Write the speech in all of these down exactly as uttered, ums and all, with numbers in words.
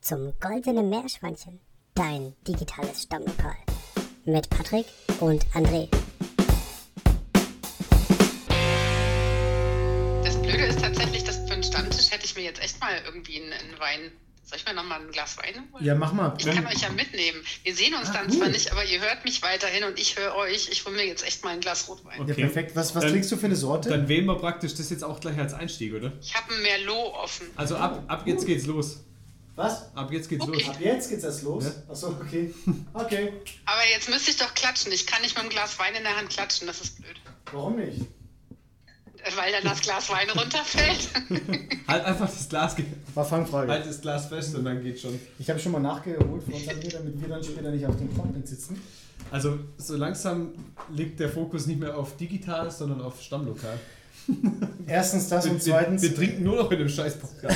zum Goldenen Meerschweinchen, dein digitales Stammlokal. Mit Patrick und André. Das Blöde ist tatsächlich, dass für einen Stammtisch hätte ich mir jetzt echt mal irgendwie einen, einen Wein... Soll ich mir nochmal ein Glas Wein holen? Ja, mach mal. Ich kann euch ja mitnehmen. Wir sehen uns ah, dann cool. zwar nicht, aber ihr hört mich weiterhin und ich höre euch. Ich hole mir jetzt echt mal ein Glas Rotwein. Okay, ja, perfekt. Was, was trinkst du für eine Sorte? Dann wählen wir praktisch das jetzt auch gleich als Einstieg, oder? Ich habe ein Merlot offen. Also ab, ab jetzt geht's los. Was? Ab jetzt geht's okay. los. Ab jetzt geht's erst los? Ja? Achso, okay. Okay. Aber jetzt müsste ich doch klatschen. Ich kann nicht mit einem Glas Wein in der Hand klatschen. Das ist blöd. Warum nicht? Weil dann das Glas Wein runterfällt. Halt einfach das Glas. War Fangfrage. Halt das Glas fest und dann geht's schon. Ich habe schon mal nachgeholt von uns, damit wir dann später nicht auf dem Trocknen sitzen. Also so langsam liegt der Fokus nicht mehr auf digital, sondern auf Stammlokal. Erstens das wir, und zweitens... Wir, wir trinken nur noch in dem Scheiß-Podcast.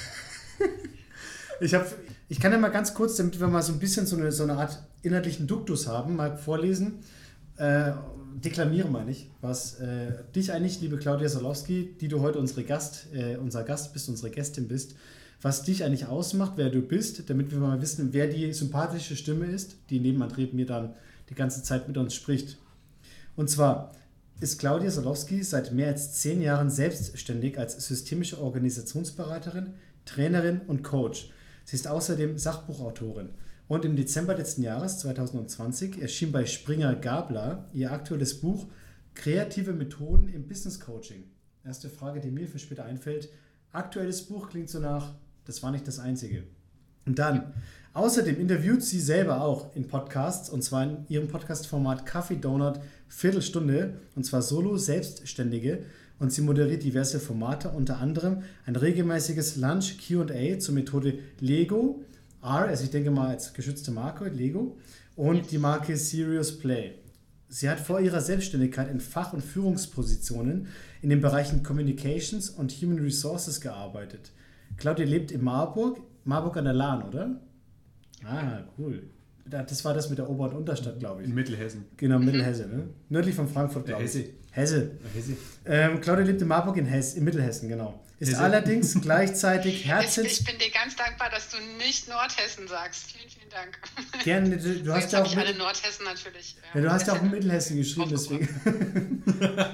ich, hab, ich kann ja mal ganz kurz, damit wir mal so ein bisschen so eine, so eine Art inhaltlichen Duktus haben, mal vorlesen. Äh, deklamiere meine ich, was äh, dich eigentlich, liebe Claudia Solowski, die du heute unsere Gast, äh, unser Gast bist, unsere Gästin bist, was dich eigentlich ausmacht, wer du bist, damit wir mal wissen, wer die sympathische Stimme ist, die neben André mir dann die ganze Zeit mit uns spricht. Und zwar ist Claudia Solowski seit mehr als zehn Jahren selbstständig als systemische Organisationsberaterin, Trainerin und Coach. Sie ist außerdem Sachbuchautorin. Und im Dezember letzten Jahres, zwanzig zwanzig, erschien bei Springer Gabler ihr aktuelles Buch Kreative Methoden im Business Coaching. Erste Frage, die mir für später einfällt. Aktuelles Buch klingt so nach, das war nicht das einzige. Und dann, außerdem interviewt sie selber auch in Podcasts, und zwar in ihrem Podcast-Format Kaffee Donut Viertelstunde, und zwar solo Selbstständige. Und sie moderiert diverse Formate, unter anderem ein regelmäßiges Lunch Q und A zur Methode Lego, R, also ich denke mal als geschützte Marke, Lego, und die Marke Serious Play. Sie hat vor ihrer Selbstständigkeit in Fach- und Führungspositionen in den Bereichen Communications und Human Resources gearbeitet. Claudia lebt in Marburg, Marburg an der Lahn, oder? Ah, cool. Das war das mit der Ober- und Unterstadt, glaube ich. In Mittelhessen. Genau, Mittelhessen, ne? Nördlich von Frankfurt, glaube ich. Hesse. Hesse. Hesse. Ähm, Claudia lebt in Marburg in, Hess, in Mittelhessen, genau. Ist Hesse. allerdings gleichzeitig Herzens... Ich, ich bin dir ganz dankbar, dass du nicht Nordhessen sagst. Vielen, vielen Dank. Gerne, du, du so, hast jetzt ja auch... ich mit... alle Nordhessen natürlich. Ja, du hast ja auch in Mittelhessen geschrieben, deswegen...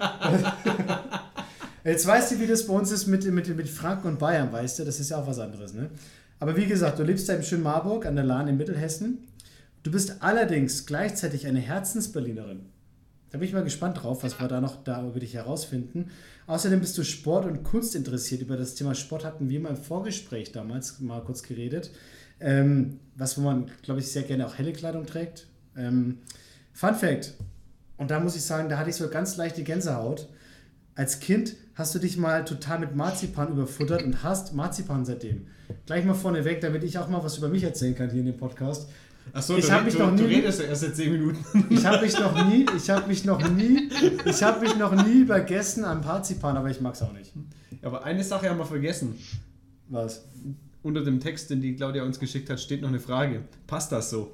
Jetzt weißt du, wie das bei uns ist mit, mit, mit Franken und Bayern, weißt du? Das ist ja auch was anderes, ne? Aber wie gesagt, du lebst ja im schönen Marburg an der Lahn in Mittelhessen. Du bist allerdings gleichzeitig eine Herzensberlinerin. Da bin ich mal gespannt drauf, was wir da noch da über dich herausfinden. Außerdem bist du Sport und Kunst interessiert. Über das Thema Sport hatten wir mal im Vorgespräch damals mal kurz geredet. Ähm, was, wo man, glaube ich, sehr gerne auch helle Kleidung trägt. Ähm, Fun Fact. Und da muss ich sagen, da hatte ich so ganz leichte Gänsehaut. Als Kind hast du dich mal total mit Marzipan überfuttert und hast Marzipan seitdem. Gleich mal vorneweg, damit ich auch mal was über mich erzählen kann hier in dem Podcast. Achso, ich du, hab mich du, noch nie, du redest ja erst seit zehn Minuten. Ich habe mich noch nie, ich habe mich noch nie, ich habe mich noch nie übergessen an Marzipan, aber ich mag es auch nicht. Aber eine Sache haben wir vergessen. Was? Unter dem Text, den die Claudia uns geschickt hat, steht noch eine Frage. Passt das so?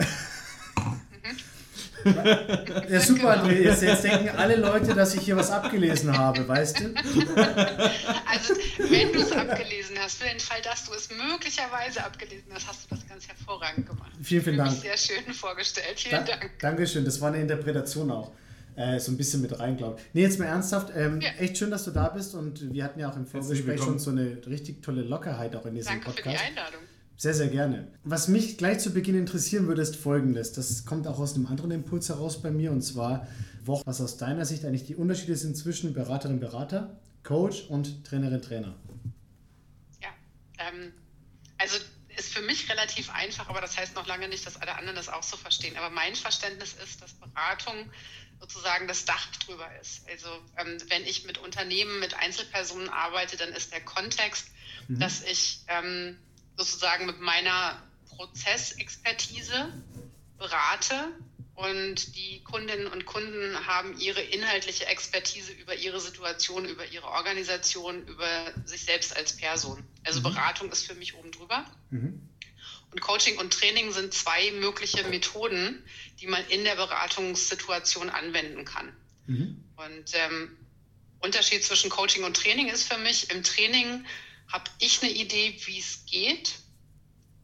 Ja, super, André. Jetzt, jetzt denken alle Leute, dass ich hier was abgelesen habe, weißt du? Also, wenn du es abgelesen hast, für den Fall, dass du es möglicherweise abgelesen hast, hast du das ganz hervorragend gemacht. Vielen, vielen Dank. Sehr schön vorgestellt. Vielen da- Dank. Dankeschön, das war eine Interpretation auch. Äh, so ein bisschen mit rein, glaube ich. Nee, jetzt mal ernsthaft. Ähm, ja. Echt schön, dass du da bist, und wir hatten ja auch im Vorgespräch schon so eine richtig tolle Lockerheit auch in diesem Danke Podcast. für die Einladung. Sehr, sehr gerne. Was mich gleich zu Beginn interessieren würde, ist Folgendes. Das kommt auch aus einem anderen Impuls heraus bei mir, und zwar, was aus deiner Sicht eigentlich die Unterschiede sind zwischen Beraterin, Berater, Coach und Trainerin, Trainer. Ja, ähm, also ist für mich relativ einfach, aber das heißt noch lange nicht, dass alle anderen das auch so verstehen. Aber mein Verständnis ist, dass Beratung sozusagen das Dach drüber ist. Also ähm, wenn ich mit Unternehmen, mit Einzelpersonen arbeite, dann ist der Kontext, mhm. dass ich ähm, sozusagen mit meiner Prozessexpertise berate, und die Kundinnen und Kunden haben ihre inhaltliche Expertise über ihre Situation, über ihre Organisation, über sich selbst als Person. Also mhm. Beratung ist für mich oben drüber. Mhm. Und Coaching und Training sind zwei mögliche Methoden, die man in der Beratungssituation anwenden kann. Mhm. Und ähm, Unterschied zwischen Coaching und Training ist für mich, im Training habe ich eine Idee, wie es geht.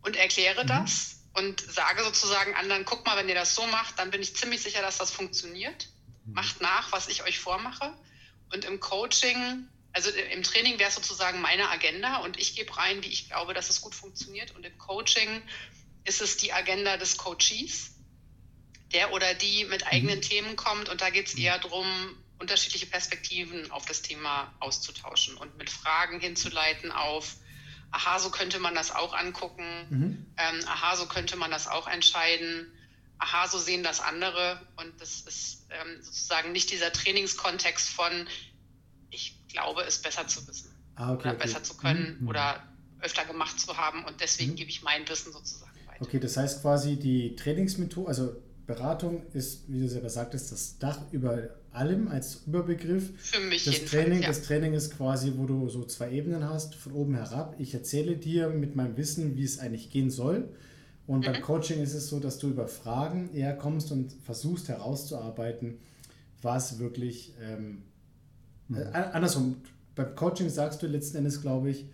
und erkläre mhm. das und sage sozusagen anderen, guck mal, wenn ihr das so macht, dann bin ich ziemlich sicher, dass das funktioniert. Mhm. Macht nach, was ich euch vormache. Und im Coaching, also im Training wäre es sozusagen meine Agenda und ich gebe rein, wie ich glaube, dass es gut funktioniert. Und im Coaching ist es die Agenda des Coaches, der oder die mit eigenen mhm. Themen kommt. Und da geht es eher darum, unterschiedliche Perspektiven auf das Thema auszutauschen und mit Fragen hinzuleiten auf, aha, so könnte man das auch angucken, mhm. ähm, aha, so könnte man das auch entscheiden, aha, so sehen das andere. Und das ist ähm, sozusagen nicht dieser Trainingskontext von, ich glaube, es besser zu wissen ah, okay, oder okay. besser zu können mhm. oder öfter gemacht zu haben und deswegen mhm. gebe ich mein Wissen sozusagen weiter. Okay, das heißt quasi die Trainingsmethode, also Beratung ist, wie du selber sagtest, das Dach über allem als Überbegriff. Für mich das jedenfalls, Training, ja. Das Training ist quasi, wo du so zwei Ebenen hast, von oben herab. Ich erzähle dir mit meinem Wissen, wie es eigentlich gehen soll. Und mhm. beim Coaching ist es so, dass du über Fragen eher kommst und versuchst herauszuarbeiten, was wirklich, ähm, mhm. äh, andersrum, beim Coaching sagst du letzten Endes, glaube ich,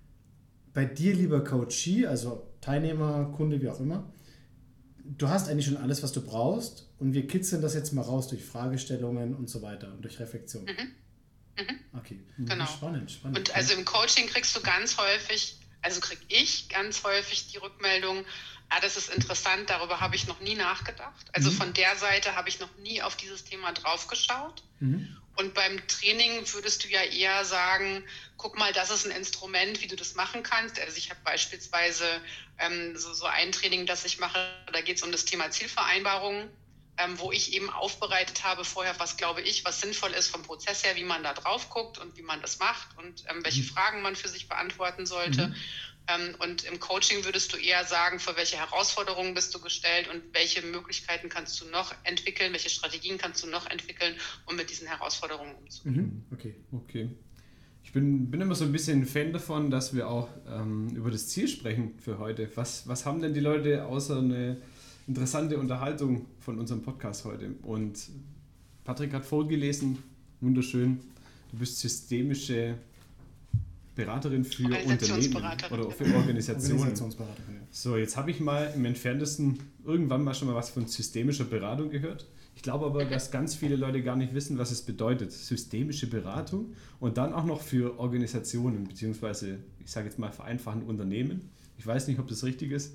bei dir, lieber Coachee, also Teilnehmer, Kunde, wie auch immer, du hast eigentlich schon alles, was du brauchst und wir kitzeln das jetzt mal raus durch Fragestellungen und so weiter und durch Reflexion. Mhm. Mhm. Okay, genau. Spannend, spannend. Und also im Coaching kriegst du ganz häufig, also kriege ich ganz häufig die Rückmeldung, ah, das ist interessant, darüber habe ich noch nie nachgedacht. Also mhm. von der Seite habe ich noch nie auf dieses Thema drauf geschaut. Mhm. Und beim Training würdest du ja eher sagen, guck mal, das ist ein Instrument, wie du das machen kannst. Also ich habe beispielsweise ähm, so, so ein Training, das ich mache, da geht es um das Thema Zielvereinbarung, ähm, wo ich eben aufbereitet habe vorher, was glaube ich, was sinnvoll ist vom Prozess her, wie man da drauf guckt und wie man das macht und ähm, welche mhm. Fragen man für sich beantworten sollte. Mhm. Ähm, und im Coaching würdest du eher sagen, vor welche Herausforderungen bist du gestellt und welche Möglichkeiten kannst du noch entwickeln, welche Strategien kannst du noch entwickeln, um mit diesen Herausforderungen umzugehen. Mhm. Okay. Okay. Ich bin, bin immer so ein bisschen ein Fan davon, dass wir auch ähm, über das Ziel sprechen für heute. Was, was haben denn die Leute außer eine interessante Unterhaltung von unserem Podcast heute? Und Patrick hat vorgelesen, wunderschön, du bist systemische Beraterin für Unternehmen oder für Organisationen. Organisationsberaterin, ja. So, jetzt habe ich mal im Entferntesten irgendwann mal schon mal was von systemischer Beratung gehört. Ich glaube aber, dass ganz viele Leute gar nicht wissen, was es bedeutet. Systemische Beratung und dann auch noch für Organisationen, beziehungsweise, ich sage jetzt mal vereinfachen, Unternehmen. Ich weiß nicht, ob das richtig ist,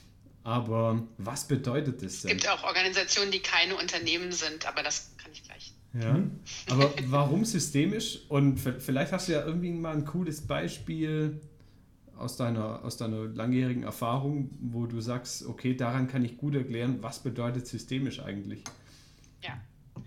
aber was bedeutet das denn? Es gibt auch Organisationen, die keine Unternehmen sind, aber das kann ich gleich. Ja, aber warum systemisch? Und vielleicht hast du ja irgendwie mal ein cooles Beispiel aus deiner, aus deiner langjährigen Erfahrung, wo du sagst, okay, daran kann ich gut erklären, was bedeutet systemisch eigentlich? Ja,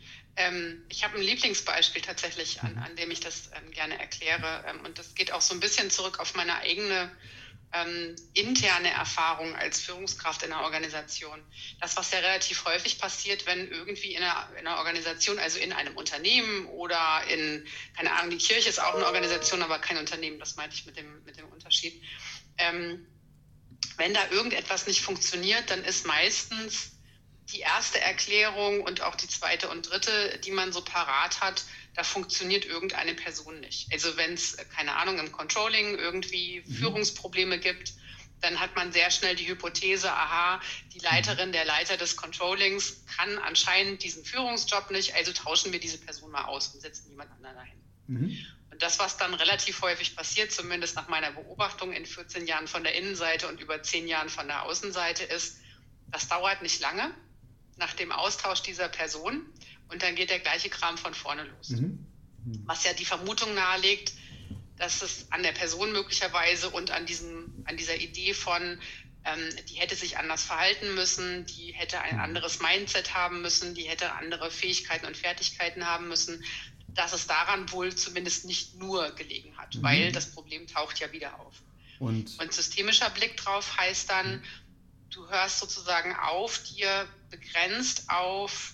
ähm, ich habe ein Lieblingsbeispiel tatsächlich, an, an dem ich das ähm, gerne erkläre. Ähm, und das geht auch so ein bisschen zurück auf meine eigene Ähm, interne Erfahrung als Führungskraft in einer Organisation. Das, was ja relativ häufig passiert, wenn irgendwie in einer, in einer Organisation, also in einem Unternehmen oder in, keine Ahnung, die Kirche ist auch eine Organisation, aber kein Unternehmen, das meinte ich mit dem, mit dem Unterschied. Ähm, wenn da irgendetwas nicht funktioniert, dann ist meistens die erste Erklärung und auch die zweite und dritte, die man so parat hat, da funktioniert irgendeine Person nicht. Also wenn es, keine Ahnung, im Controlling irgendwie mhm. Führungsprobleme gibt, dann hat man sehr schnell die Hypothese, aha, die Leiterin, der Leiter des Controllings kann anscheinend diesen Führungsjob nicht, also tauschen wir diese Person mal aus und setzen jemand anderen dahin. Mhm. Und das, was dann relativ häufig passiert, zumindest nach meiner Beobachtung in vierzehn Jahren von der Innenseite und über zehn Jahren von der Außenseite ist, das dauert nicht lange nach dem Austausch dieser Person und dann geht der gleiche Kram von vorne los. Mhm. Mhm. Was ja die Vermutung nahelegt, dass es an der Person möglicherweise und an, diesem, an dieser Idee von, ähm, die hätte sich anders verhalten müssen, die hätte ein anderes Mindset haben müssen, die hätte andere Fähigkeiten und Fertigkeiten haben müssen, dass es daran wohl zumindest nicht nur gelegen hat, mhm. weil das Problem taucht ja wieder auf. Und, und systemischer Blick drauf heißt dann, du hörst sozusagen auf, dir begrenzt auf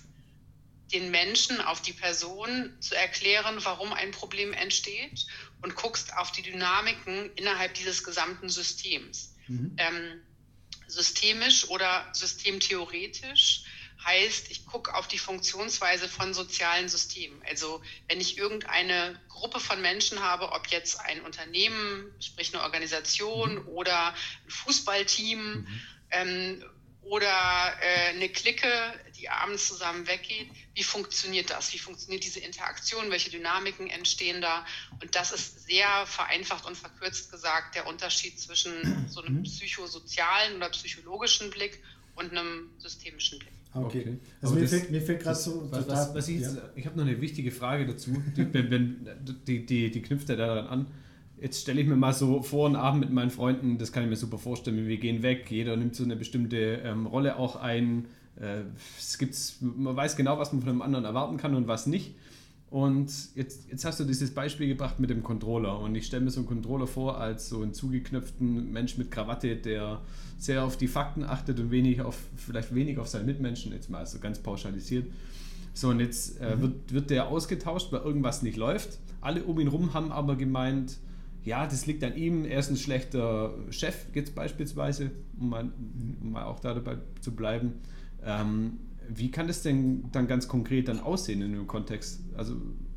den Menschen, auf die Person zu erklären, warum ein Problem entsteht und guckst auf die Dynamiken innerhalb dieses gesamten Systems. Mhm. Ähm, systemisch oder systemtheoretisch heißt, ich gucke auf die Funktionsweise von sozialen Systemen. Also wenn ich irgendeine Gruppe von Menschen habe, ob jetzt ein Unternehmen, sprich eine Organisation mhm. oder ein Fußballteam mhm. ähm, oder äh, eine Clique, die abends zusammen weggeht, wie funktioniert das? Wie funktioniert diese Interaktion? Welche Dynamiken entstehen da? Und das ist sehr vereinfacht und verkürzt gesagt der Unterschied zwischen so einem psychosozialen oder psychologischen Blick und einem systemischen Blick. Okay. okay. Also mir fällt, mir fällt gerade so... Was, was, was ich ja. ich habe noch eine wichtige Frage dazu, die, wenn, wenn, die, die, die knüpft ja daran an. Jetzt stelle ich mir mal so vor, einen Abend mit meinen Freunden, das kann ich mir super vorstellen, wir gehen weg, jeder nimmt so eine bestimmte ähm, Rolle auch ein. Äh, es gibt's, man weiß genau, was man von einem anderen erwarten kann und was nicht. Und jetzt, jetzt hast du dieses Beispiel gebracht mit dem Controller. Und ich stelle mir so einen Controller vor als so einen zugeknöpften Mensch mit Krawatte, der sehr auf die Fakten achtet und wenig auf, vielleicht wenig auf seine Mitmenschen, jetzt mal so ganz pauschalisiert. So, und jetzt äh, wird, wird der ausgetauscht, weil irgendwas nicht läuft. Alle um ihn rum haben aber gemeint, ja, das liegt an ihm, er ist ein schlechter Chef, jetzt beispielsweise, um mal, um mal auch da dabei zu bleiben. Ähm, wie kann das denn dann ganz konkret dann aussehen in dem Kontext? Also,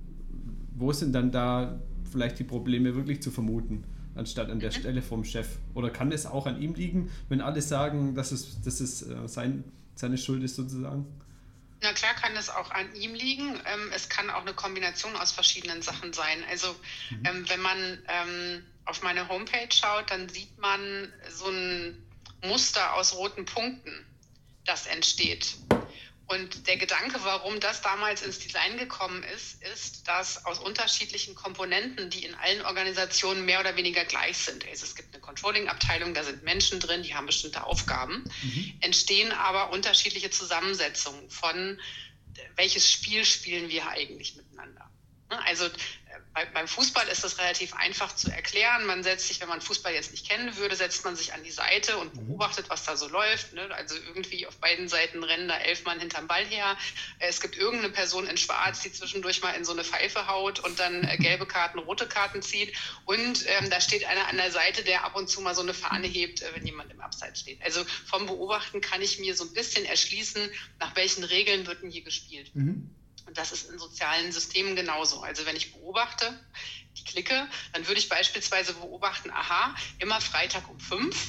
wo sind dann da vielleicht die Probleme wirklich zu vermuten, anstatt an der Stelle vom Chef? Oder kann es auch an ihm liegen, wenn alle sagen, dass es, dass es äh, sein, seine Schuld ist sozusagen? Na klar kann es auch an ihm liegen. Ähm, es kann auch eine Kombination aus verschiedenen Sachen sein. Also mhm. ähm, wenn man ähm, auf meine Homepage schaut, dann sieht man so ein Muster aus roten Punkten, das entsteht. Und der Gedanke, warum das damals ins Design gekommen ist, ist, dass aus unterschiedlichen Komponenten, die in allen Organisationen mehr oder weniger gleich sind, also es gibt eine Controlling-Abteilung, da sind Menschen drin, die haben bestimmte Aufgaben, mhm. entstehen aber unterschiedliche Zusammensetzungen von, welches Spiel spielen wir eigentlich miteinander. Also bei, beim Fußball ist das relativ einfach zu erklären. Man setzt sich, wenn man Fußball jetzt nicht kennen würde, setzt man sich an die Seite und beobachtet, was da so läuft. Ne? Also irgendwie auf beiden Seiten rennen da elf Mann hinterm Ball her. Es gibt irgendeine Person in Schwarz, die zwischendurch mal in so eine Pfeife haut und dann äh, gelbe Karten, rote Karten zieht. Und ähm, da steht einer an der Seite, der ab und zu mal so eine Fahne hebt, äh, wenn jemand im Abseits steht. Also vom Beobachten kann ich mir so ein bisschen erschließen, nach welchen Regeln wird denn hier gespielt. Mhm. Und das ist in sozialen Systemen genauso. Also wenn ich beobachte, die Clique, dann würde ich beispielsweise beobachten, aha, immer Freitag um fünf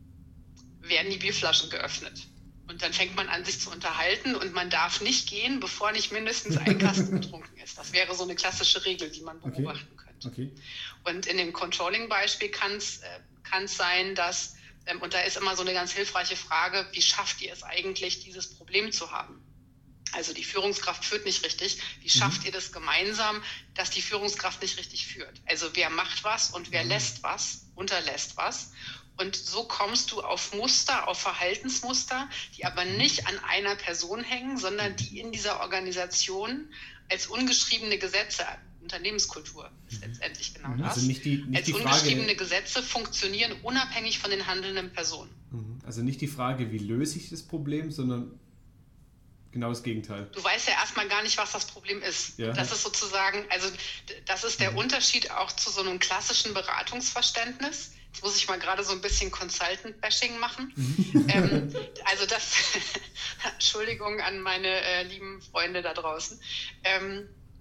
werden die Bierflaschen geöffnet. Und dann fängt man an, sich zu unterhalten und man darf nicht gehen, bevor nicht mindestens ein Kasten getrunken ist. Das wäre so eine klassische Regel, die man beobachten okay. könnte. Okay. Und in dem Controlling-Beispiel kann es äh, kann es sein, dass, ähm, und da ist immer so eine ganz hilfreiche Frage, wie schafft ihr es eigentlich, dieses Problem zu haben? Also die Führungskraft führt nicht richtig. Wie schafft mhm. ihr das gemeinsam, dass die Führungskraft nicht richtig führt? Also wer macht was und wer mhm. lässt was, unterlässt was. Und so kommst du auf Muster, auf Verhaltensmuster, die aber nicht an einer Person hängen, sondern die in dieser Organisation als ungeschriebene Gesetze, Unternehmenskultur ist letztendlich genau das, also nicht die, nicht als die ungeschriebene Frage, Gesetze funktionieren unabhängig von den handelnden Personen. Also nicht die Frage, wie löse ich das Problem, sondern genau das Gegenteil. Du weißt ja erstmal gar nicht, was das Problem ist. Ja. Das ist sozusagen, also das ist der mhm. Unterschied auch zu so einem klassischen Beratungsverständnis. Jetzt muss ich mal gerade so ein bisschen Consultant-Bashing machen. Mhm. Ähm, also das, Entschuldigung an meine äh, lieben Freunde da draußen. Ähm,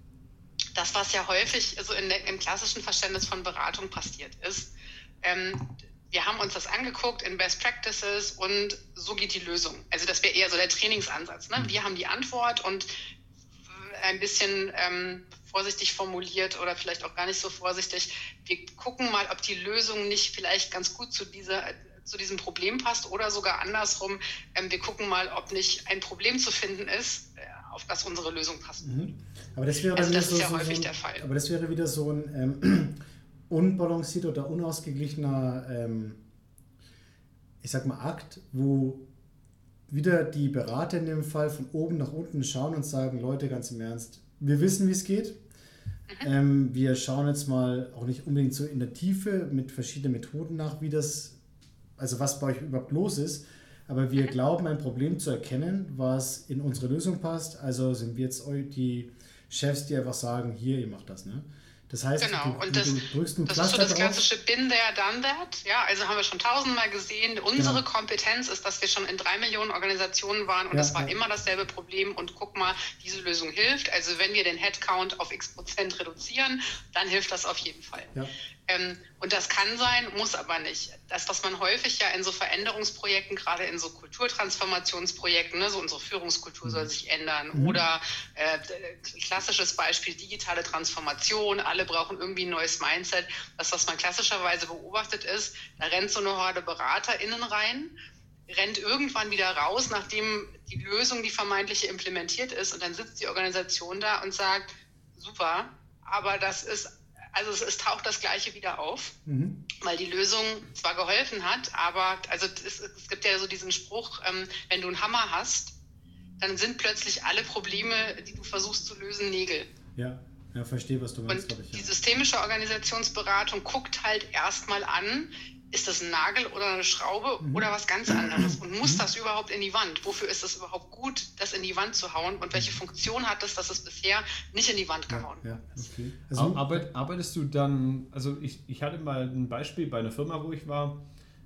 das, was ja häufig also in der, im klassischen Verständnis von Beratung passiert ist, ähm, wir haben uns das angeguckt in Best Practices und so geht die Lösung. Also das wäre eher so der Trainingsansatz. Ne? Wir haben die Antwort und ein bisschen ähm, vorsichtig formuliert oder vielleicht auch gar nicht so vorsichtig. Wir gucken mal, ob die Lösung nicht vielleicht ganz gut zu, dieser, zu diesem Problem passt oder sogar andersrum. Ähm, wir gucken mal, ob nicht ein Problem zu finden ist, auf das unsere Lösung passen würde. Mhm. Aber das wäre also das so, ist ja so, häufig so ein, der Fall. Aber das wäre wieder so ein ähm, unbalancierter oder unausgeglichener, ähm, ich sag mal, Akt, wo wieder die Berater in dem Fall von oben nach unten schauen und sagen, Leute, ganz im Ernst, wir wissen, wie es geht. Mhm. Ähm, wir schauen jetzt mal auch nicht unbedingt so in der Tiefe mit verschiedenen Methoden nach, wie das, also was bei euch überhaupt los ist, aber wir mhm. glauben, ein Problem zu erkennen, was in unsere Lösung passt. Also sind wir jetzt die Chefs, die einfach sagen, hier, ihr macht das, ne? Das heißt, genau. du, und das, du drückst ein das Cluster ist so das drauf. klassische Been there, done that. Ja, also haben wir schon tausendmal gesehen. Unsere Genau. Kompetenz ist, dass wir schon in drei Millionen Organisationen waren und Ja, das war ja. immer dasselbe Problem. Und guck mal, diese Lösung hilft. Also wenn wir den Headcount auf x Prozent reduzieren, dann hilft das auf jeden Fall. Ja. Ähm, und das kann sein, muss aber nicht. Das, was man häufig ja in so Veränderungsprojekten, gerade in so Kulturtransformationsprojekten, ne, so unsere Führungskultur soll sich ändern Mhm. oder äh, klassisches Beispiel digitale Transformation, alle brauchen irgendwie ein neues Mindset. Das, was man klassischerweise beobachtet ist, da rennt so eine Horde BeraterInnen rein, rennt irgendwann wieder raus, nachdem die Lösung, die vermeintliche, implementiert ist und dann sitzt die Organisation da und sagt, super, aber das ist Also es, es taucht das Gleiche wieder auf, Mhm. weil die Lösung zwar geholfen hat, aber also es, es gibt ja so diesen Spruch, ähm, wenn du einen Hammer hast, dann sind plötzlich alle Probleme, die du versuchst zu lösen, Nägel. Ja, ja, verstehe, was du meinst, Und glaube ich. die Ja. systemische Organisationsberatung guckt halt erstmal an, ist das ein Nagel oder eine Schraube Mhm. oder was ganz anderes? Und muss das überhaupt in die Wand? Wofür ist es überhaupt gut, das in die Wand zu hauen? Und welche Funktion hat es, dass es bisher nicht in die Wand gehauen Ja, ist? okay. Also, Also, Arbeit, arbeitest du dann, also ich, ich hatte mal ein Beispiel bei einer Firma, wo ich war,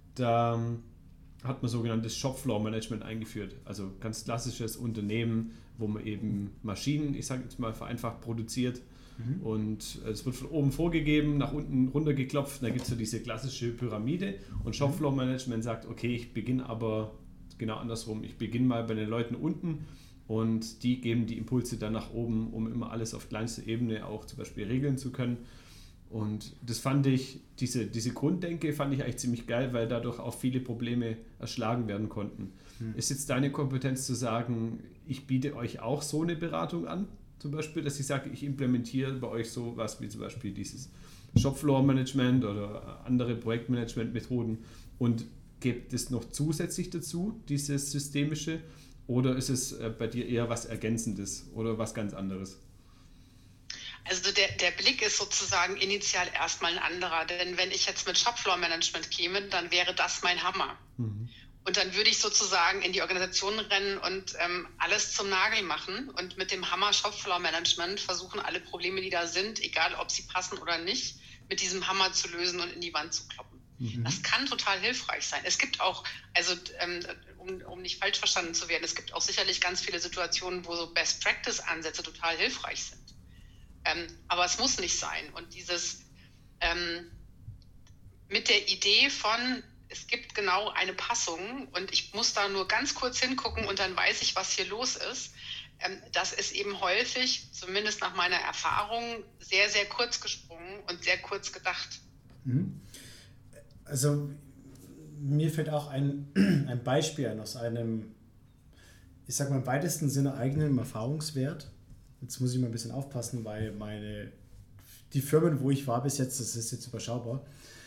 da ähm, hat man sogenanntes Shopfloor-Management eingeführt. Also ganz klassisches Unternehmen, wo man eben Maschinen, ich sage jetzt mal vereinfacht, produziert. Mhm. Und es wird von oben vorgegeben, nach unten runtergeklopft. Da gibt es so diese klassische Pyramide. Und Shopfloor-Management sagt, okay, ich beginne aber genau andersrum. Ich beginne mal bei den Leuten unten und die geben die Impulse dann nach oben, um immer alles auf kleinster Ebene auch zum Beispiel regeln zu können. Und das fand ich, diese, diese Grunddenke fand ich eigentlich ziemlich geil, weil dadurch auch viele Probleme erschlagen werden konnten. Hm. Ist jetzt deine Kompetenz zu sagen, ich biete euch auch so eine Beratung an, zum Beispiel, dass ich sage, ich implementiere bei euch so was wie zum Beispiel dieses Shopfloor-Management oder andere Projektmanagement-Methoden und gebt es noch zusätzlich dazu, dieses Systemische, oder ist es bei dir eher was Ergänzendes oder was ganz anderes? Also der, der Blick ist sozusagen initial erstmal ein anderer, denn wenn ich jetzt mit Shopfloor-Management käme, dann wäre das mein Hammer. Mhm. Und dann würde ich sozusagen in die Organisation rennen und ähm, alles zum Nagel machen und mit dem Hammer Shopfloor-Management versuchen, alle Probleme, die da sind, egal ob sie passen oder nicht, mit diesem Hammer zu lösen und in die Wand zu kloppen. Mhm. Das kann total hilfreich sein. Es gibt auch, also ähm, um, um nicht falsch verstanden zu werden, es gibt auch sicherlich ganz viele Situationen, wo so Best-Practice-Ansätze total hilfreich sind. Ähm, aber es muss nicht sein. Und dieses ähm, mit der Idee von, es gibt genau eine Passung und ich muss da nur ganz kurz hingucken und dann weiß ich, was hier los ist, ähm, das ist eben häufig, zumindest nach meiner Erfahrung, sehr, sehr kurz gesprungen und sehr kurz gedacht. Mhm. Also mir fällt auch ein, ein Beispiel ein aus einem, ich sag mal im weitesten Sinne eigenen Erfahrungswert. Jetzt muss ich mal ein bisschen aufpassen, weil meine, die Firmen, wo ich war bis jetzt, das ist jetzt überschaubar.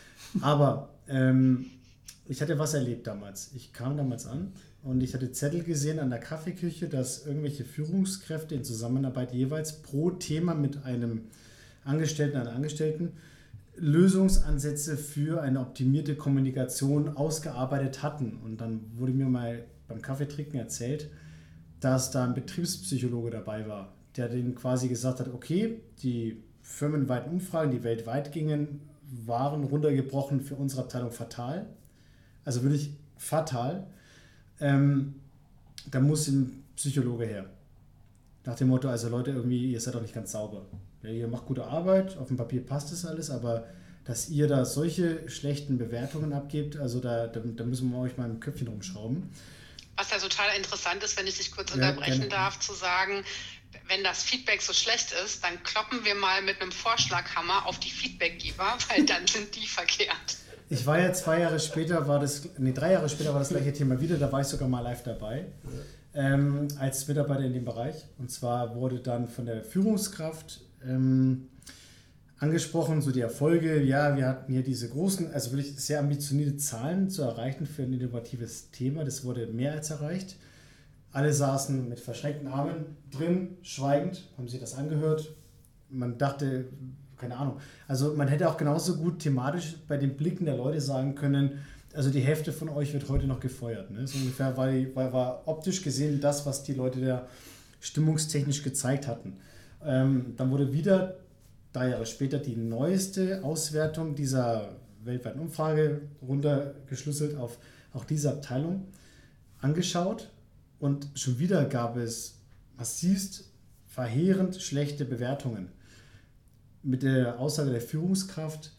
Aber ähm, ich hatte was erlebt damals. Ich kam damals an und ich hatte Zettel gesehen an der Kaffeeküche, dass irgendwelche Führungskräfte in Zusammenarbeit jeweils pro Thema mit einem Angestellten, einer Angestellten Lösungsansätze für eine optimierte Kommunikation ausgearbeitet hatten. Und dann wurde mir mal beim Kaffeetrinken erzählt, dass da ein Betriebspsychologe dabei war, der denen quasi gesagt hat, okay, die firmenweiten Umfragen, die weltweit gingen, waren runtergebrochen für unsere Abteilung fatal. Also wirklich fatal. Ähm, da muss ein Psychologe her. Nach dem Motto, also Leute, irgendwie, ihr seid doch nicht ganz sauber. Ja, ihr macht gute Arbeit, auf dem Papier passt das alles, aber dass ihr da solche schlechten Bewertungen abgebt, also da, da, da müssen wir euch mal im Köpfchen rumschrauben. Was ja total interessant ist, wenn ich dich kurz Ja, unterbrechen gerne. darf, zu sagen, wenn das Feedback so schlecht ist, dann kloppen wir mal mit einem Vorschlaghammer auf die Feedbackgeber, weil dann sind die verkehrt. Ich war ja zwei Jahre später, war das, nee, drei Jahre später war das gleiche Thema wieder, da war ich sogar mal live dabei, ähm, als Mitarbeiter in dem Bereich. Und zwar wurde dann von der Führungskraft ähm, angesprochen, so die Erfolge, ja, wir hatten hier diese großen, also wirklich sehr ambitionierte Zahlen zu erreichen für ein innovatives Thema, das wurde mehr als erreicht. Alle saßen mit verschränkten Armen drin, schweigend, haben sich das angehört. Man dachte, keine Ahnung, also man hätte auch genauso gut thematisch bei den Blicken der Leute sagen können, also die Hälfte von euch wird heute noch gefeuert. Ne? So ungefähr war, die, war, war optisch gesehen das, was die Leute da stimmungstechnisch gezeigt hatten. Ähm, dann wurde wieder drei Jahre später die neueste Auswertung dieser weltweiten Umfrage runtergeschlüsselt auf auch diese Abteilung angeschaut und schon wieder gab es massivst verheerend schlechte Bewertungen. Mit der Aussage der Führungskraft,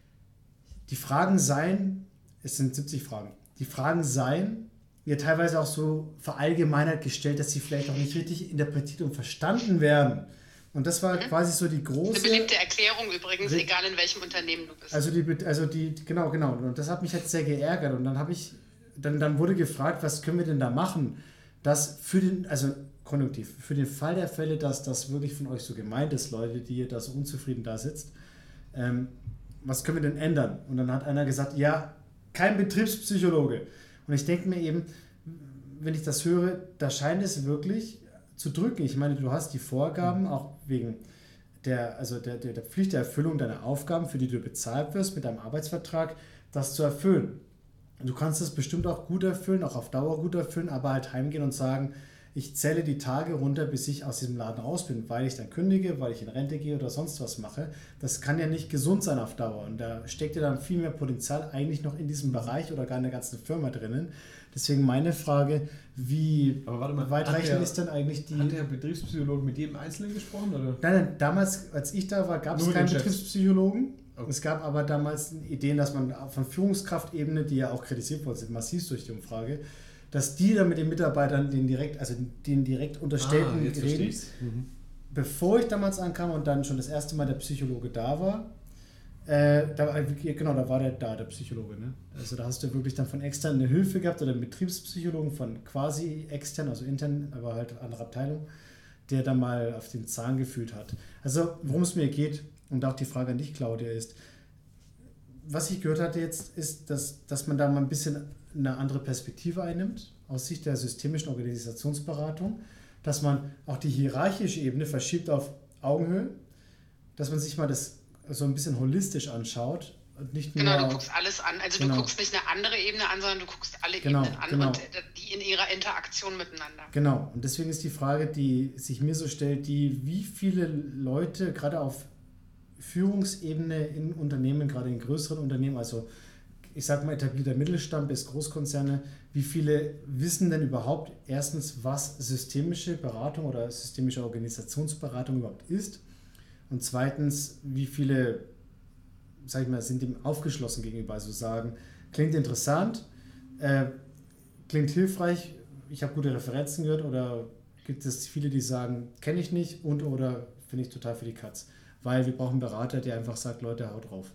die Fragen seien, es sind siebzig Fragen, die Fragen seien ja teilweise auch so verallgemeinert gestellt, dass sie vielleicht auch nicht richtig interpretiert und verstanden werden. Und das war mhm. quasi so die große... Eine beliebte Erklärung übrigens, Re- egal in welchem Unternehmen du bist. Also die, also die, genau, genau. Und das hat mich jetzt sehr geärgert. Und dann habe ich, dann, dann wurde gefragt, was können wir denn da machen, dass für den, also konjunktiv, für den Fall der Fälle, dass das wirklich von euch so gemeint ist, Leute, die ihr da so unzufrieden da sitzt, ähm, was können wir denn ändern? Und dann hat einer gesagt, ja, kein Betriebspsychologe. Und ich denke mir eben, wenn ich das höre, da scheint es wirklich zu drücken. Ich meine, du hast die Vorgaben, auch wegen der, also der, der, der Pflicht der Erfüllung deiner Aufgaben, für die du bezahlt wirst mit deinem Arbeitsvertrag, das zu erfüllen. Du kannst das bestimmt auch gut erfüllen, auch auf Dauer gut erfüllen, aber halt heimgehen und sagen, ich zähle die Tage runter, bis ich aus diesem Laden raus bin, weil ich dann kündige, weil ich in Rente gehe oder sonst was mache. Das kann ja nicht gesund sein auf Dauer. Und da steckt ja dann viel mehr Potenzial eigentlich noch in diesem Bereich oder gar in der ganzen Firma drinnen. Deswegen meine Frage, wie mal, weitreichend ist denn eigentlich die... Hat der Betriebspsychologe mit jedem Einzelnen gesprochen? Oder? Nein, nein, damals, als ich da war, gab es keinen Betriebspsychologen. Okay. Es gab aber damals Ideen, dass man von Führungskraftebene, die ja auch kritisiert worden sind, massiv durch die Umfrage, dass die dann mit den Mitarbeitern den direkt, also den direkt Unterstellten ah, reden. Mhm. Bevor ich damals ankam und dann schon das erste Mal der Psychologe da war, äh, da, genau, da war der da, der Psychologe. Ne? Also da hast du wirklich dann von extern eine Hilfe gehabt oder einen Betriebspsychologen von quasi extern, also intern, aber halt andere Abteilung, der dann mal auf den Zahn gefühlt hat. Also worum es mir geht, und auch die Frage an dich, Claudia, ist, was ich gehört hatte jetzt, ist, dass, dass man da mal ein bisschen eine andere Perspektive einnimmt, aus Sicht der systemischen Organisationsberatung, dass man auch die hierarchische Ebene verschiebt auf Augenhöhe, dass man sich mal das so ein bisschen holistisch anschaut und nicht nur... Genau, du guckst alles an. Also genau. Du guckst nicht eine andere Ebene an, sondern du guckst alle genau, Ebenen an genau. und die in ihrer Interaktion miteinander. Genau, und deswegen ist die Frage, die sich mir so stellt, die, wie viele Leute gerade auf Führungsebene in Unternehmen, gerade in größeren Unternehmen, also ich sage mal etablierter Mittelstand bis Großkonzerne, wie viele wissen denn überhaupt erstens, was systemische Beratung oder systemische Organisationsberatung überhaupt ist und zweitens, wie viele, sage ich mal, sind dem aufgeschlossen gegenüber, also sagen, klingt interessant, äh, klingt hilfreich, ich habe gute Referenzen gehört oder gibt es viele, die sagen, kenne ich nicht und oder finde ich total für die Katz. Weil wir brauchen einen Berater, der einfach sagt, Leute, haut drauf.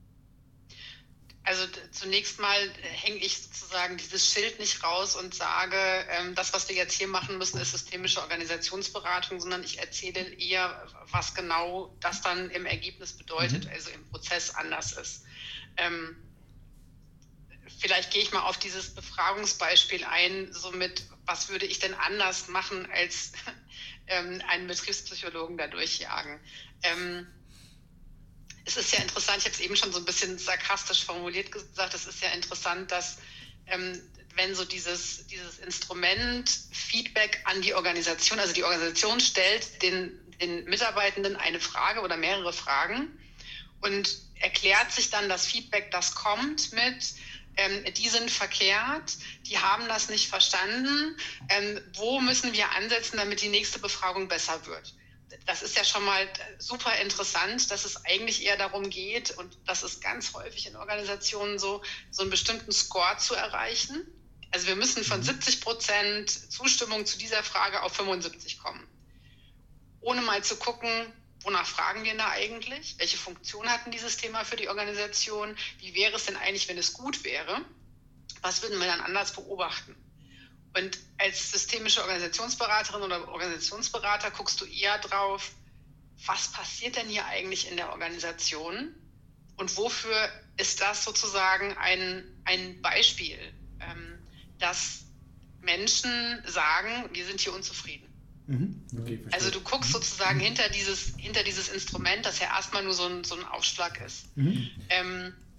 Also zunächst mal hänge ich sozusagen dieses Schild nicht raus und sage, ähm, das, was wir jetzt hier machen müssen, ist systemische Organisationsberatung, sondern ich erzähle eher, was genau das dann im Ergebnis bedeutet, mhm. also im Prozess anders ist. Ähm, vielleicht gehe ich mal auf dieses Befragungsbeispiel ein, somit, was würde ich denn anders machen, als ähm, einen Betriebspsychologen da durchjagen. Ähm, es ist ja interessant, ich habe es eben schon so ein bisschen sarkastisch formuliert gesagt, es ist ja interessant, dass ähm, wenn so dieses, dieses Instrument Feedback an die Organisation, also die Organisation stellt den, den Mitarbeitenden eine Frage oder mehrere Fragen und erklärt sich dann das Feedback, das kommt mit, ähm, die sind verkehrt, die haben das nicht verstanden, ähm, wo müssen wir ansetzen, damit die nächste Befragung besser wird. Das ist ja schon mal super interessant, dass es eigentlich eher darum geht, und das ist ganz häufig in Organisationen so, so einen bestimmten Score zu erreichen. Also wir müssen von siebzig Prozent Zustimmung zu dieser Frage auf fünfundsiebzig kommen. Ohne mal zu gucken, wonach fragen wir da eigentlich? Welche Funktion hatten dieses Thema für die Organisation? Wie wäre es denn eigentlich, wenn es gut wäre? Was würden wir dann anders beobachten? Und als systemische Organisationsberaterin oder Organisationsberater guckst du eher drauf, was passiert denn hier eigentlich in der Organisation und wofür ist das sozusagen ein, ein Beispiel, ähm, dass Menschen sagen, wir sind hier unzufrieden. Mhm. Okay, also du guckst sozusagen mhm. hinter, dieses, hinter dieses Instrument, das ja erstmal nur so ein, so ein Aufschlag ist. Mhm. Ähm,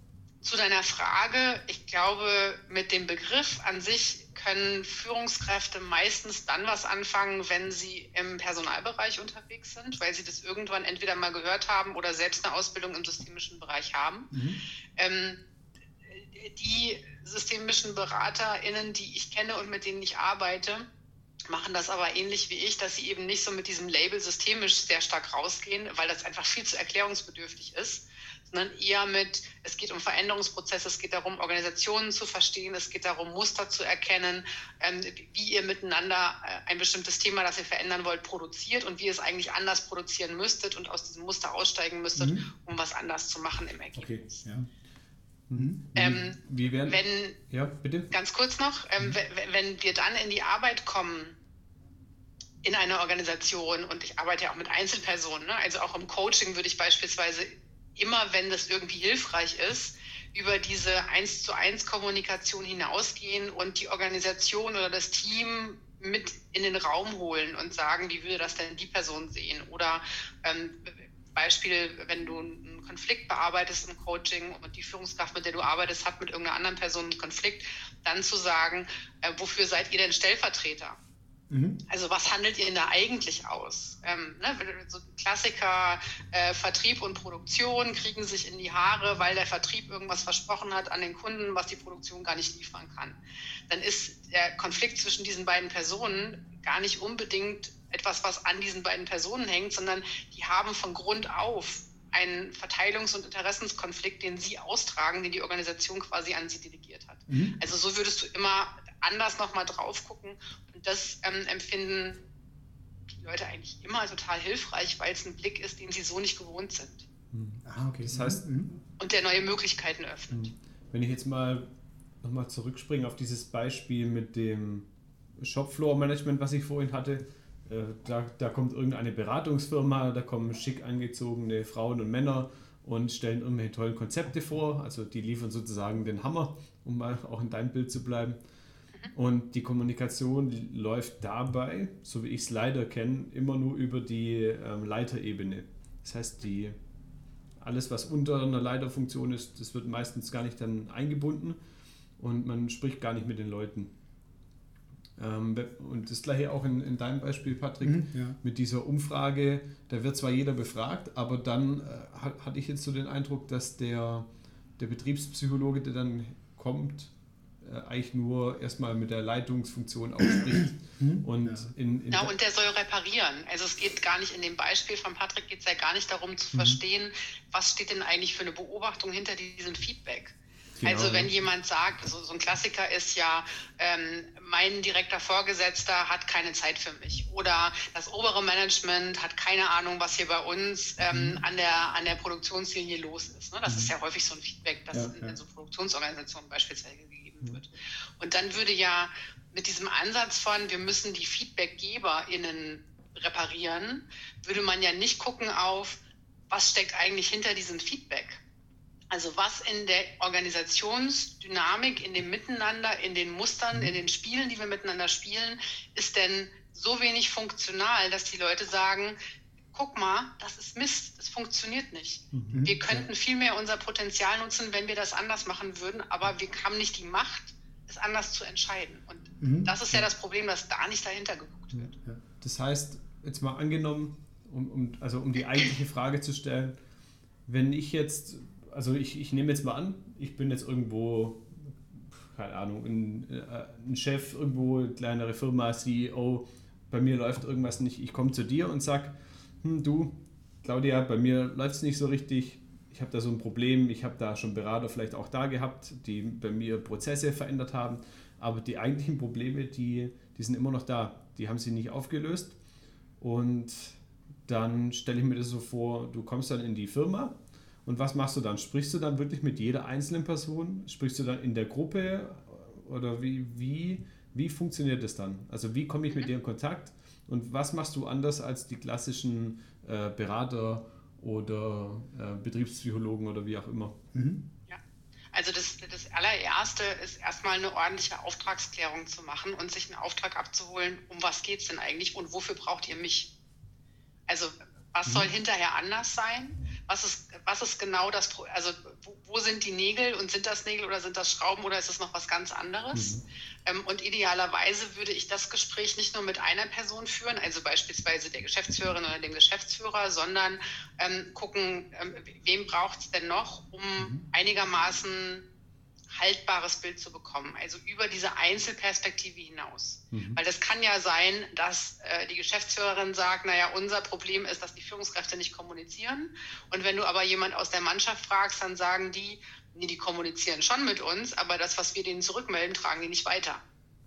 zu deiner Frage, ich glaube, mit dem Begriff an sich können Führungskräfte meistens dann was anfangen, wenn sie im Personalbereich unterwegs sind, weil sie das irgendwann entweder mal gehört haben oder selbst eine Ausbildung im systemischen Bereich haben. Mhm. Ähm, die systemischen BeraterInnen, die ich kenne und mit denen ich arbeite, machen das aber ähnlich wie ich, dass sie eben nicht so mit diesem Label systemisch sehr stark rausgehen, weil das einfach viel zu erklärungsbedürftig ist, sondern eher mit, es geht um Veränderungsprozesse, es geht darum, Organisationen zu verstehen, es geht darum, Muster zu erkennen, ähm, wie ihr miteinander äh, ein bestimmtes Thema, das ihr verändern wollt, produziert und wie ihr es eigentlich anders produzieren müsstet und aus diesem Muster aussteigen müsstet, mhm. um was anders zu machen im Ergebnis. Okay, ja. Mhm. Ähm, wie werden, wenn, ja, bitte? Ganz kurz noch, ähm, mhm. wenn, wenn wir dann in die Arbeit kommen, in einer Organisation, und ich arbeite ja auch mit Einzelpersonen, ne? Also auch im Coaching würde ich beispielsweise immer, wenn das irgendwie hilfreich ist, über diese eins zu eins Kommunikation hinausgehen und die Organisation oder das Team mit in den Raum holen und sagen, wie würde das denn die Person sehen? Oder ähm, Beispiel, wenn du einen Konflikt bearbeitest im Coaching und die Führungskraft, mit der du arbeitest, hat mit irgendeiner anderen Person einen Konflikt, dann zu sagen, äh, wofür seid ihr denn Stellvertreter? Mhm. Also was handelt ihr denn da eigentlich aus? Ähm, ne, so Klassiker, äh, Vertrieb und Produktion kriegen sich in die Haare, weil der Vertrieb irgendwas versprochen hat an den Kunden, was die Produktion gar nicht liefern kann. Dann ist der Konflikt zwischen diesen beiden Personen gar nicht unbedingt etwas, was an diesen beiden Personen hängt, sondern die haben von Grund auf einen Verteilungs- und Interessenskonflikt, den sie austragen, den die Organisation quasi an sie delegiert hat. Mhm. Also so würdest du immer anders nochmal drauf gucken und das ähm, empfinden die Leute eigentlich immer total hilfreich, weil es ein Blick ist, den sie so nicht gewohnt sind. Mhm. Ah, okay. Das heißt, mhm. und der neue Möglichkeiten öffnet. Wenn ich jetzt mal nochmal zurückspringe auf dieses Beispiel mit dem Shopfloor-Management, was ich vorhin hatte, Da, da kommt irgendeine Beratungsfirma, da kommen schick angezogene Frauen und Männer und stellen irgendwelche tollen Konzepte vor. Also die liefern sozusagen den Hammer, um mal auch in deinem Bild zu bleiben. Und die Kommunikation läuft dabei, so wie ich es leider kenne, immer nur über die ähm, Leiterebene. Das heißt, die, alles, was unter einer Leiterfunktion ist, das wird meistens gar nicht dann eingebunden und man spricht gar nicht mit den Leuten. Und das gleiche auch in, in deinem Beispiel, Patrick, mhm, ja. mit dieser Umfrage, da wird zwar jeder befragt, aber dann äh, hat, hatte ich jetzt so den Eindruck, dass der, der Betriebspsychologe, der dann kommt, äh, eigentlich nur erstmal mit der Leitungsfunktion ausspricht. Mhm, und, ja. in, in ja, und der soll reparieren. Also es geht gar nicht, in dem Beispiel von Patrick geht es ja gar nicht darum zu mhm. verstehen, was steht denn eigentlich für eine Beobachtung hinter diesem Feedback. Genau, also wenn ja. jemand sagt, so, so ein Klassiker ist ja, ähm, mein direkter Vorgesetzter hat keine Zeit für mich oder das obere Management hat keine Ahnung, was hier bei uns ähm, mhm. an der, an der Produktionslinie los ist. Ne? Das mhm. ist ja häufig so ein Feedback, das ja, in, ja. in so Produktionsorganisationen beispielsweise gegeben mhm. wird. Und dann würde ja mit diesem Ansatz von, wir müssen die FeedbackgeberInnen reparieren, würde man ja nicht gucken auf, was steckt eigentlich hinter diesem Feedback. Also was in der Organisationsdynamik, in dem Miteinander, in den Mustern, in den Spielen, die wir miteinander spielen, ist denn so wenig funktional, dass die Leute sagen, guck mal, das ist Mist, das funktioniert nicht. Mhm. Wir könnten viel mehr unser Potenzial nutzen, wenn wir das anders machen würden, aber wir haben nicht die Macht, es anders zu entscheiden. Und mhm. das ist ja das Problem, dass da nicht dahinter geguckt wird. Ja. Das heißt, jetzt mal angenommen, um, um, also um die eigentliche Frage zu stellen, wenn ich jetzt Also ich, ich nehme jetzt mal an, ich bin jetzt irgendwo, keine Ahnung, ein, äh, ein Chef, irgendwo, kleinere Firma, C E O, bei mir läuft irgendwas nicht, ich komme zu dir und sage, hm, du, Claudia, bei mir läuft es nicht so richtig, ich habe da so ein Problem, ich habe da schon Berater vielleicht auch da gehabt, die bei mir Prozesse verändert haben, aber die eigentlichen Probleme, die, die sind immer noch da, die haben sie nicht aufgelöst und dann stelle ich mir das so vor, du kommst dann in die Firma. Und was machst du dann? Sprichst du dann wirklich mit jeder einzelnen Person? Sprichst du dann in der Gruppe? Oder wie, wie, wie funktioniert das dann? Also wie komme ich mit dir in Kontakt? Und was machst du anders als die klassischen äh, Berater oder äh, Betriebspsychologen oder wie auch immer? Mhm. Ja, also das, das allererste ist erstmal eine ordentliche Auftragsklärung zu machen und sich einen Auftrag abzuholen, um was geht es denn eigentlich und wofür braucht ihr mich? Also was soll mhm. hinterher anders sein? was ist, was ist genau das, also wo, wo sind die Nägel und sind das Nägel oder sind das Schrauben oder ist das noch was ganz anderes? Mhm. Ähm, und idealerweise würde ich das Gespräch nicht nur mit einer Person führen, also beispielsweise der Geschäftsführerin oder dem Geschäftsführer, sondern ähm, gucken, ähm, wem braucht es denn noch, um mhm. einigermaßen haltbares Bild zu bekommen, also über diese Einzelperspektive hinaus. Mhm. Weil das kann ja sein, dass äh, die Geschäftsführerin sagt, naja, unser Problem ist, dass die Führungskräfte nicht kommunizieren. Und wenn du aber jemand aus der Mannschaft fragst, dann sagen die, nee, die kommunizieren schon mit uns, aber das, was wir denen zurückmelden, tragen die nicht weiter.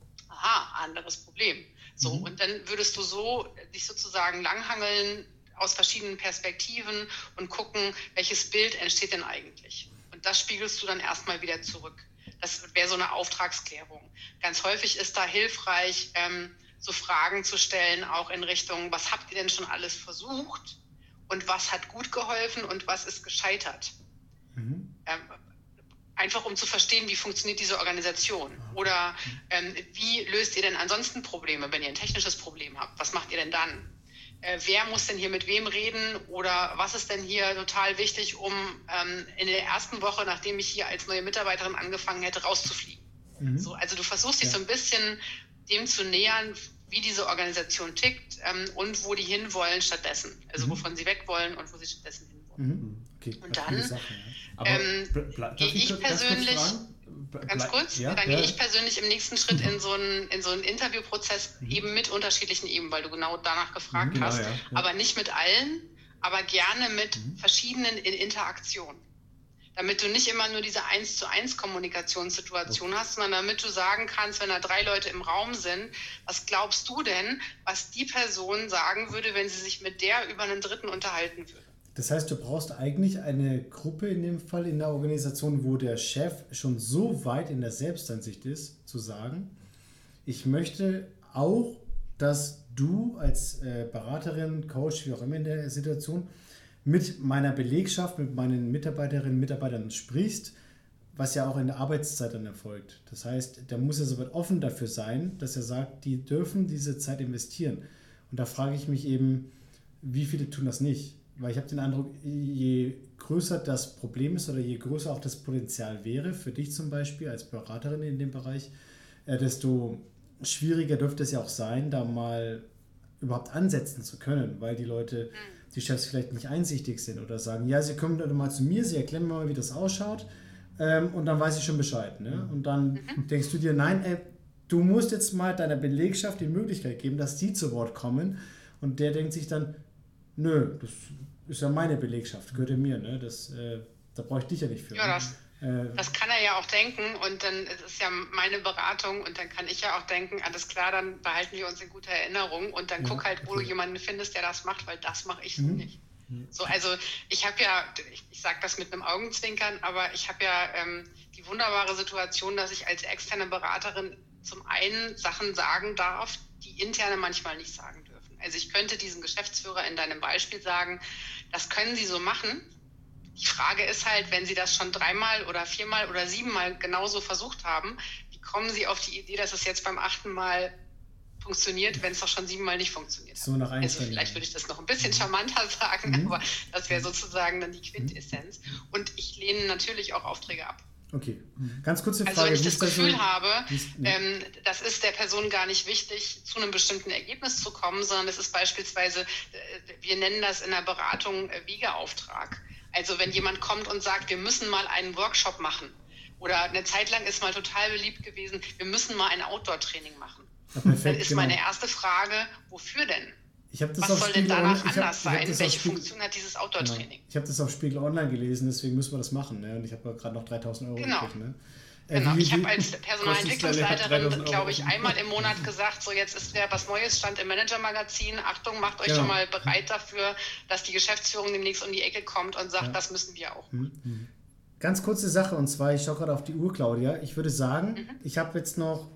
Aha, anderes Problem. So, mhm. und dann würdest du so dich sozusagen langhangeln aus verschiedenen Perspektiven und gucken, welches Bild entsteht denn eigentlich. Und das spiegelst du dann erstmal wieder zurück. Das wäre so eine Auftragsklärung. Ganz häufig ist da hilfreich, ähm, so Fragen zu stellen, auch in Richtung, was habt ihr denn schon alles versucht und was hat gut geholfen und was ist gescheitert? Mhm. Ähm, einfach um zu verstehen, wie funktioniert diese Organisation. Oder ähm, wie löst ihr denn ansonsten Probleme, wenn ihr ein technisches Problem habt? Was macht ihr denn dann? Äh, wer muss denn hier mit wem reden oder was ist denn hier total wichtig, um ähm, in der ersten Woche, nachdem ich hier als neue Mitarbeiterin angefangen hätte, rauszufliegen. Mhm. So, also du versuchst dich ja. so ein bisschen dem zu nähern, wie diese Organisation tickt ähm, und wo die hinwollen stattdessen. Also mhm. wovon sie weg wollen und wo sie stattdessen hinwollen. Mhm. Okay. Und dann Sache, ja. ähm, gehe ich, ich persönlich... Ganz kurz, ja, dann ja. gehe ich persönlich im nächsten Schritt in so einen, in so einen Interviewprozess mhm. eben mit unterschiedlichen Ebenen, weil du genau danach gefragt mhm, hast, genau, ja, ja. aber nicht mit allen, aber gerne mit mhm. verschiedenen in Interaktion. Damit du nicht immer nur diese eins zu eins Kommunikationssituation okay. hast, sondern damit du sagen kannst, wenn da drei Leute im Raum sind, was glaubst du denn, was die Person sagen würde, wenn sie sich mit der über einen Dritten unterhalten würde? Das heißt, du brauchst eigentlich eine Gruppe in dem Fall in der Organisation, wo der Chef schon so weit in der Selbstansicht ist, zu sagen, ich möchte auch, dass du als äh, Beraterin, Coach, wie auch immer in der Situation, mit meiner Belegschaft, mit meinen Mitarbeiterinnen und Mitarbeitern sprichst, was ja auch in der Arbeitszeit dann erfolgt. Das heißt, der muss ja so weit offen dafür sein, dass er sagt, die dürfen diese Zeit investieren. Und da frage ich mich eben, wie viele tun das nicht? Weil ich habe den Eindruck, je größer das Problem ist oder je größer auch das Potenzial wäre, für dich zum Beispiel als Beraterin in dem Bereich, äh, desto schwieriger dürfte es ja auch sein, da mal überhaupt ansetzen zu können, weil die Leute, die Chefs vielleicht nicht einsichtig sind oder sagen, ja, sie kommen dann mal zu mir, sie erklären mir mal, wie das ausschaut ähm, und dann weiß ich schon Bescheid. Ne? Und dann mhm. denkst du dir, nein, ey, du musst jetzt mal deiner Belegschaft die Möglichkeit geben, dass die zu Wort kommen und der denkt sich dann, nö, das ist ja meine Belegschaft, gehört ja mir, ne? Das, äh, da brauche ich dich ja nicht für. Ja, das, äh, das kann er ja auch denken und dann ist es ja meine Beratung und dann kann ich ja auch denken, alles klar, dann behalten wir uns in guter Erinnerung und dann ja, guck halt, wo okay. du jemanden findest, der das macht, weil das mache ich so mhm. nicht. So, also ich habe ja, ich, ich sage das mit einem Augenzwinkern, aber ich habe ja ähm, die wunderbare Situation, dass ich als externe Beraterin zum einen Sachen sagen darf, die interne manchmal nicht sagen dürfen. Also ich könnte diesem Geschäftsführer in deinem Beispiel sagen, das können Sie so machen. Die Frage ist halt, wenn Sie das schon dreimal oder viermal oder siebenmal genauso versucht haben, wie kommen Sie auf die Idee, dass es jetzt beim achten Mal funktioniert, wenn es doch schon siebenmal nicht funktioniert hat? So nach also vielleicht würde ich das noch ein bisschen charmanter sagen, mhm. aber das wäre sozusagen dann die Quintessenz. Und ich lehne natürlich auch Aufträge ab. Okay, ganz kurze Frage. Also wenn ich das Gefühl das habe, ähm, das ist der Person gar nicht wichtig, zu einem bestimmten Ergebnis zu kommen, sondern es ist beispielsweise, äh, wir nennen das in der Beratung äh, Wegeauftrag. Also wenn jemand kommt und sagt, wir müssen mal einen Workshop machen oder eine Zeit lang ist mal total beliebt gewesen, wir müssen mal ein Outdoor-Training machen. Ja, perfekt, dann ist genau. meine erste Frage, wofür denn? Ich das Was auf soll Spiegel denn danach Online, anders hab, sein? Welche Spiegel, Funktion hat dieses Outdoor-Training? Genau. Ich habe das auf Spiegel Online gelesen, deswegen müssen wir das machen. Ne? Und ich habe gerade noch dreitausend Euro genau. gekriegt. Ne? Genau, äh, wie, ich habe als Personalentwicklungsleiterin, glaube ich, einmal im Monat gesagt, so jetzt ist wieder was Neues, stand im Manager-Magazin, Achtung, macht euch genau. schon mal bereit dafür, dass die Geschäftsführung demnächst um die Ecke kommt und sagt, ja. das müssen wir auch. Mhm. Ganz kurze Sache, und zwar, ich schaue gerade auf die Uhr, Claudia. Ich würde sagen, mhm. ich habe jetzt noch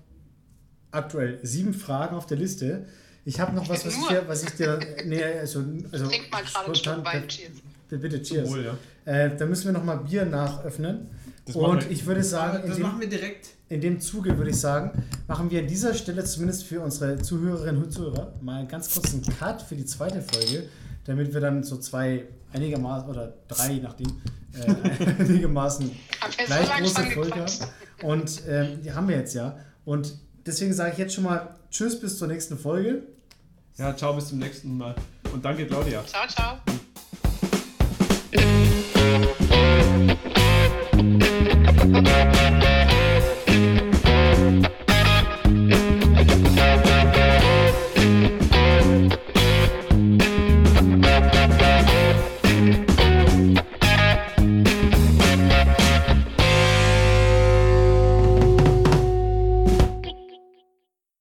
aktuell sieben Fragen auf der Liste. Ich habe noch was, was ich dir, was ich dir, nee, also, also trink mal gerade ein Stück Wein, cheers. Bitte, cheers. Wohl, ja. äh, da müssen wir noch mal Bier nachöffnen. Das und ich würde sagen, das in dem, machen wir direkt. In dem Zuge würde ich sagen, machen wir an dieser Stelle zumindest für unsere Zuhörerinnen und Zuhörer mal einen ganz kurzen Cut für die zweite Folge. damit wir dann so zwei einigermaßen, oder drei, je nachdem, äh, einigermaßen gleich so große Folge haben. Und ähm, die haben wir jetzt ja. Und deswegen sage ich jetzt schon mal Tschüss, bis zur nächsten Folge. Ja, ciao, bis zum nächsten Mal. Und danke, Claudia. Ciao, ciao.